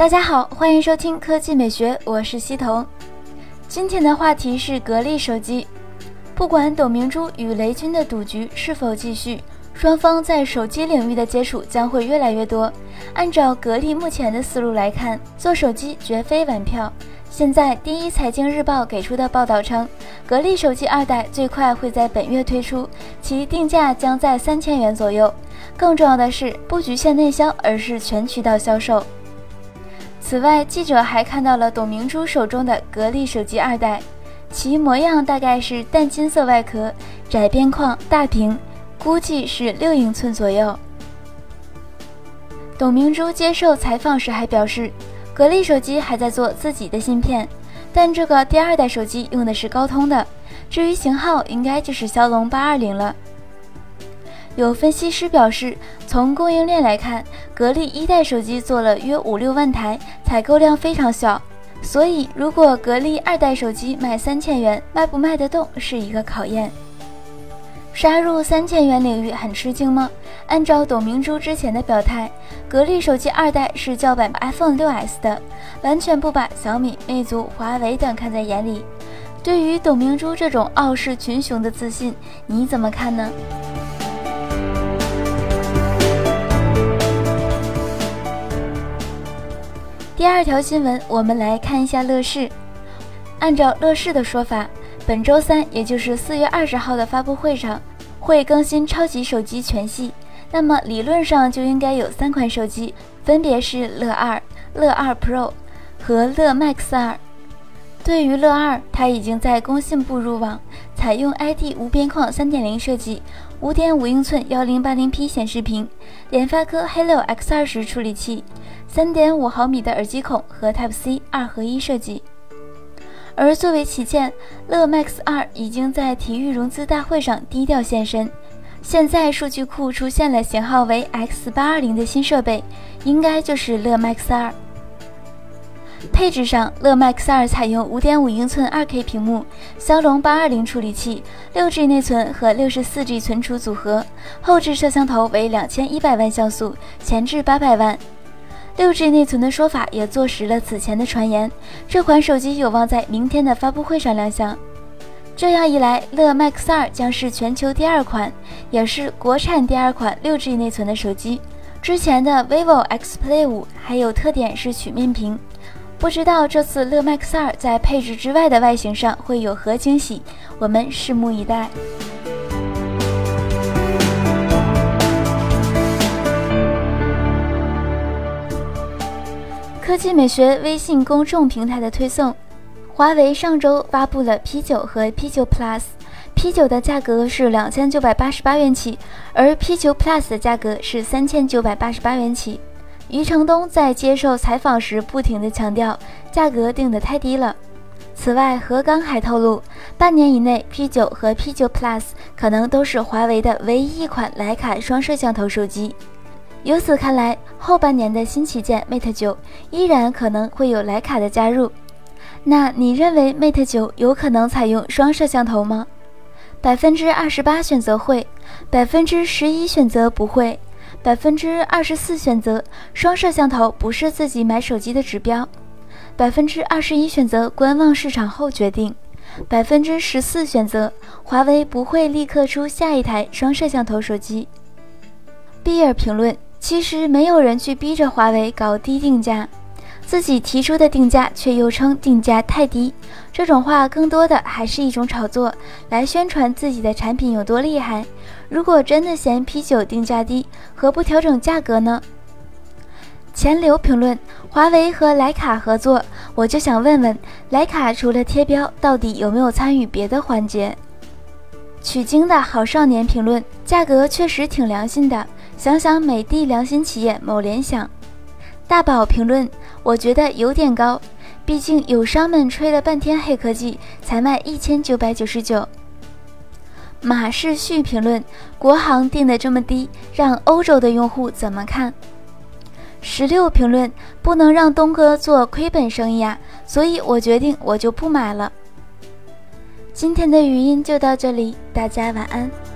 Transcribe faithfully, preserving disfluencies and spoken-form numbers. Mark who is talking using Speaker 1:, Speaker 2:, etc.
Speaker 1: 大家好，欢迎收听科技美学，我是西彤。今天的话题是格力手机。不管董明珠与雷军的赌局是否继续，双方在手机领域的接触将会越来越多。按照格力目前的思路来看，做手机绝非玩票。现在第一财经日报给出的报道称，格力手机二代最快会在本月推出，其定价将在三千元左右。更重要的是，不局限内销，而是全渠道销售。此外，记者还看到了董明珠手中的格力手机二代，其模样大概是淡金色外壳，窄边框，大屏，估计是六英寸左右。董明珠接受采访时还表示，格力手机还在做自己的芯片，但这个第二代手机用的是高通的，至于型号应该就是骁龙八二零了。有分析师表示，从供应链来看，格力一代手机做了约五六万台，采购量非常小，所以如果格力二代手机卖三千元，卖不卖得动是一个考验。杀入三千元领域很吃惊吗？按照董明珠之前的表态，格力手机二代是叫板 iPhone 六 S 的，完全不把小米、魅族、华为等看在眼里。对于董明珠这种傲视群雄的自信，你怎么看呢？第二条新闻，我们来看一下乐视。按照乐视的说法，本周三，也就是四月二十号的发布会上，会更新超级手机全系。那么理论上就应该有三款手机，分别是乐二、乐二 Pro 和乐 Max 二。对于乐二，它已经在工信部入网，采用 I D 无边框 三点零 设计， 五点五英寸 一零八零 P 显示屏，联发科 Helio X 二十 处理器， 三点五毫米的耳机孔和 Type C 二合一设计。而作为旗舰，乐 Max 二已经在体育融资大会上低调现身。现在数据库出现了型号为 X 八二零 的新设备，应该就是乐 Max 二。配置上，乐 Max 二采用 五点五英寸 二K 屏幕，骁龙八二零处理器， 六 G 内存和 六十四 G 存储组合，后置摄像头为两千一百万像素，前置八百万。六 G 内存的说法也坐实了此前的传言，这款手机有望在明天的发布会上亮相。这样一来，乐 Max 二将是全球第二款，也是国产第二款 六 G 内存的手机。之前的 vivo X Play 五还有特点是曲面屏，不知道这次乐 Max 二在配置之外的外形上会有何惊喜，我们拭目以待。科技美学微信公众平台的推送，华为上周发布了 P 九 和 P 九 Plus，P 九 的价格是两千九百八十八元起，而 P 九 Plus 的价格是三千九百八十八元起。余承东在接受采访时不停地强调，价格定得太低了。此外，何刚还透露，半年以内 P 九 和 P 九 Plus 可能都是华为的唯一一款徕卡双摄像头手机。由此看来，后半年的新旗舰 Mate 九依然可能会有徕卡的加入。那你认为 Mate 九有可能采用双摄像头吗？ 百分之二十八 选择会， 百分之十一 选择不会， 百分之二十四 选择双摄像头不是自己买手机的指标， 百分之二十一 选择观望市场后决定， 百分之十四 选择华为不会立刻出下一台双摄像头手机。比尔评论，其实没有人去逼着华为搞低定价，自己提出的定价却又称定价太低，这种话更多的还是一种炒作，来宣传自己的产品有多厉害。如果真的嫌 P 九 定价低，何不调整价格呢？钱流评论，华为和徕卡合作，我就想问问，徕卡除了贴标，到底有没有参与别的环节？取经的好少年评论，价格确实挺良心的，想想美的良心企业某联想。大宝评论，我觉得有点高，毕竟友商们吹了半天黑科技，才卖一千九百九十九。马世旭评论，国行定得这么低，让欧洲的用户怎么看？十六评论，不能让东哥做亏本生意啊，所以我决定我就不买了。今天的语音就到这里，大家晚安。